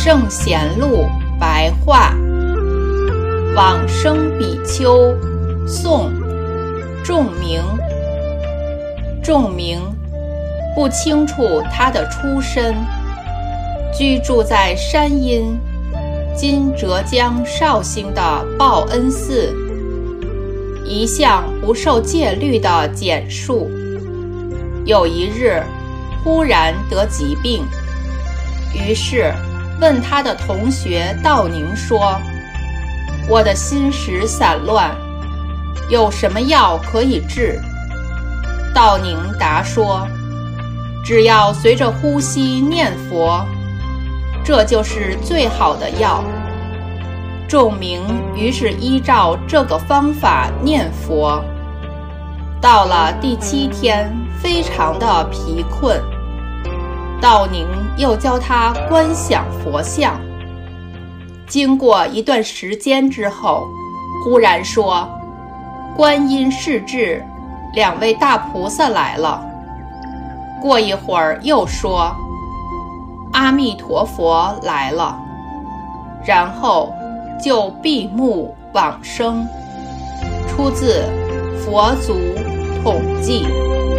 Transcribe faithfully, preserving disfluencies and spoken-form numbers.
圣贤录白话，往生比丘，宋，仲明。仲明不清楚他的出身，居住在山阴，今浙江绍兴的报恩寺，一向不受戒律的简述。有一日，忽然得疾病，于是问他的同学道宁说：“我的心识散乱，有什么药可以治？”道宁答说：“只要随着呼吸念佛，这就是最好的药。”仲明于是依照这个方法念佛。到了第七天，非常的疲困，道宁又教他观想佛像。经过一段时间之后，忽然说：“观音世至，两位大菩萨来了。”过一会儿又说：“阿弥陀佛来了。”然后就闭目往生。出自《佛祖统记》。